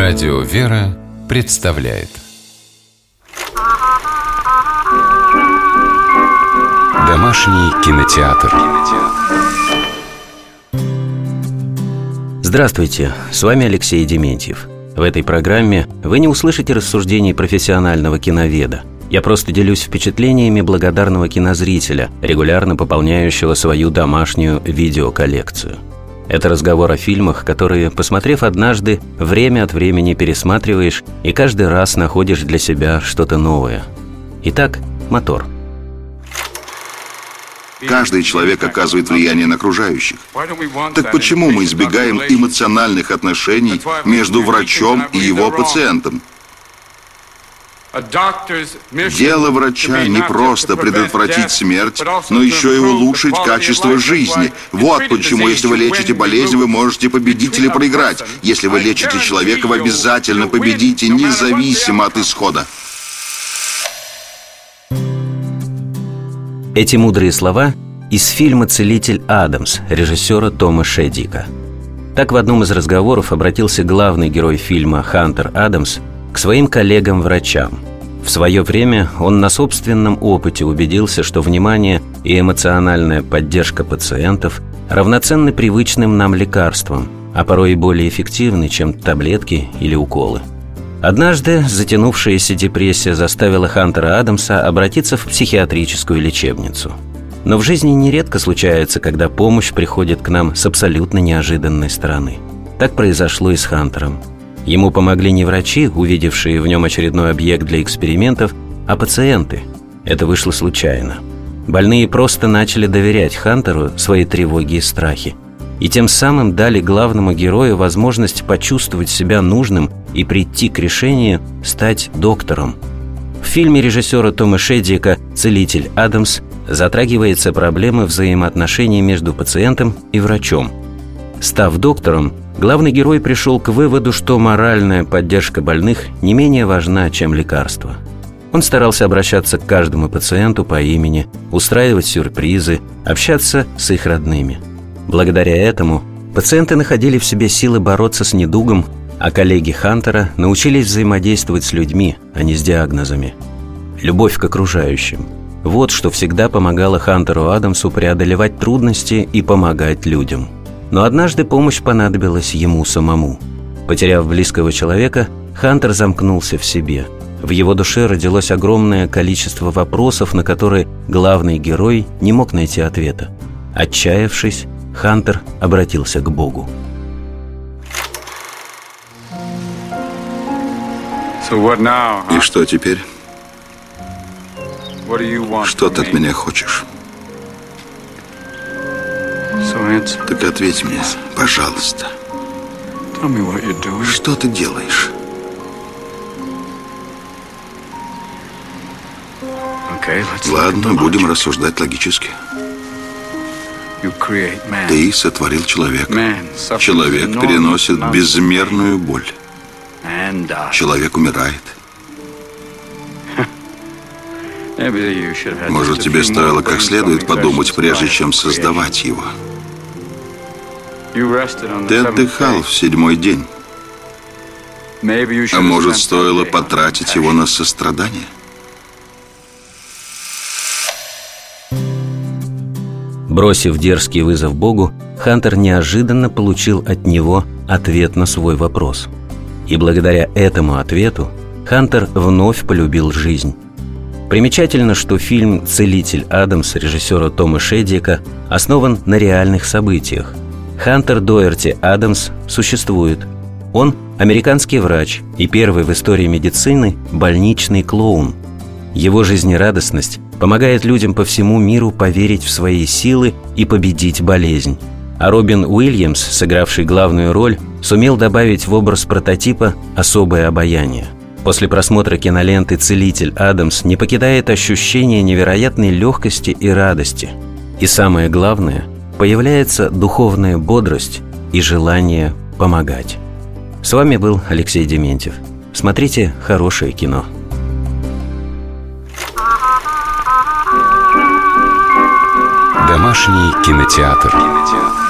Радио «Вера» представляет Домашний кинотеатр. Здравствуйте, с вами Алексей Дементьев. В этой программе вы не услышите рассуждений профессионального киноведа. Я просто делюсь впечатлениями благодарного кинозрителя, регулярно пополняющего свою домашнюю видеоколлекцию. Это разговор о фильмах, которые, посмотрев однажды, время от времени пересматриваешь и каждый раз находишь для себя что-то новое. Итак, мотор. Каждый человек оказывает влияние на окружающих. Так почему мы избегаем эмоциональных отношений между врачом и его пациентом? Дело врача не просто предотвратить смерть, но еще и улучшить качество жизни. Вот почему, если вы лечите болезнь, вы можете победить или проиграть. Если вы лечите человека, вы обязательно победите, независимо от исхода. Эти мудрые слова из фильма «Целитель Адамс» режиссера Тома Шедика. Так в одном из разговоров обратился главный герой фильма Хантер Адамс к своим коллегам-врачам. В свое время он на собственном опыте убедился, что внимание и эмоциональная поддержка пациентов равноценны привычным нам лекарствам, а порой и более эффективны, чем таблетки или уколы. Однажды затянувшаяся депрессия заставила Хантера Адамса обратиться в психиатрическую лечебницу. Но в жизни нередко случается, когда помощь приходит к нам с абсолютно неожиданной стороны. Так произошло и с Хантером. Ему помогли не врачи, увидевшие в нем очередной объект для экспериментов, а пациенты. Это вышло случайно. Больные просто начали доверять Хантеру свои тревоги и страхи. И тем самым дали главному герою возможность почувствовать себя нужным и прийти к решению стать доктором. В фильме режиссера Тома Шедика «Целитель Адамс» затрагивается проблема взаимоотношений между пациентом и врачом. Став доктором, главный герой пришел к выводу, что моральная поддержка больных не менее важна, чем лекарство. Он старался обращаться к каждому пациенту по имени, устраивать сюрпризы, общаться с их родными. Благодаря этому пациенты находили в себе силы бороться с недугом, а коллеги Хантера научились взаимодействовать с людьми, а не с диагнозами. Любовь к окружающим – вот что всегда помогало Хантеру Адамсу преодолевать трудности и помогать людям. Но однажды помощь понадобилась ему самому. Потеряв близкого человека, Хантер замкнулся в себе. В его душе родилось огромное количество вопросов, на которые главный герой не мог найти ответа. Отчаявшись, Хантер обратился к Богу. И что теперь? Что ты от меня хочешь? Так ответь мне, пожалуйста. Что ты делаешь? Ладно, будем рассуждать логически. Ты сотворил человека. Человек переносит безмерную боль. Человек умирает. Может, тебе стоило как следует подумать, прежде чем создавать его. Ты отдыхал в 7-й день. А может, стоило потратить его на сострадание? Бросив дерзкий вызов Богу, Хантер неожиданно получил от него ответ на свой вопрос. И благодаря этому ответу Хантер вновь полюбил жизнь. Примечательно, что фильм «Целитель Адамс» режиссера Тома Шедика основан на реальных событиях. Хантер Доерти Адамс существует. Он американский врач и первый в истории медицины больничный клоун. Его жизнерадостность помогает людям по всему миру поверить в свои силы и победить болезнь. А Робин Уильямс, сыгравший главную роль, сумел добавить в образ прототипа особое обаяние. После просмотра киноленты «Целитель Адамс» не покидает ощущение невероятной легкости и радости. И самое главное, появляется духовная бодрость и желание помогать. С вами был Алексей Дементьев. Смотрите хорошее кино. Домашний кинотеатр.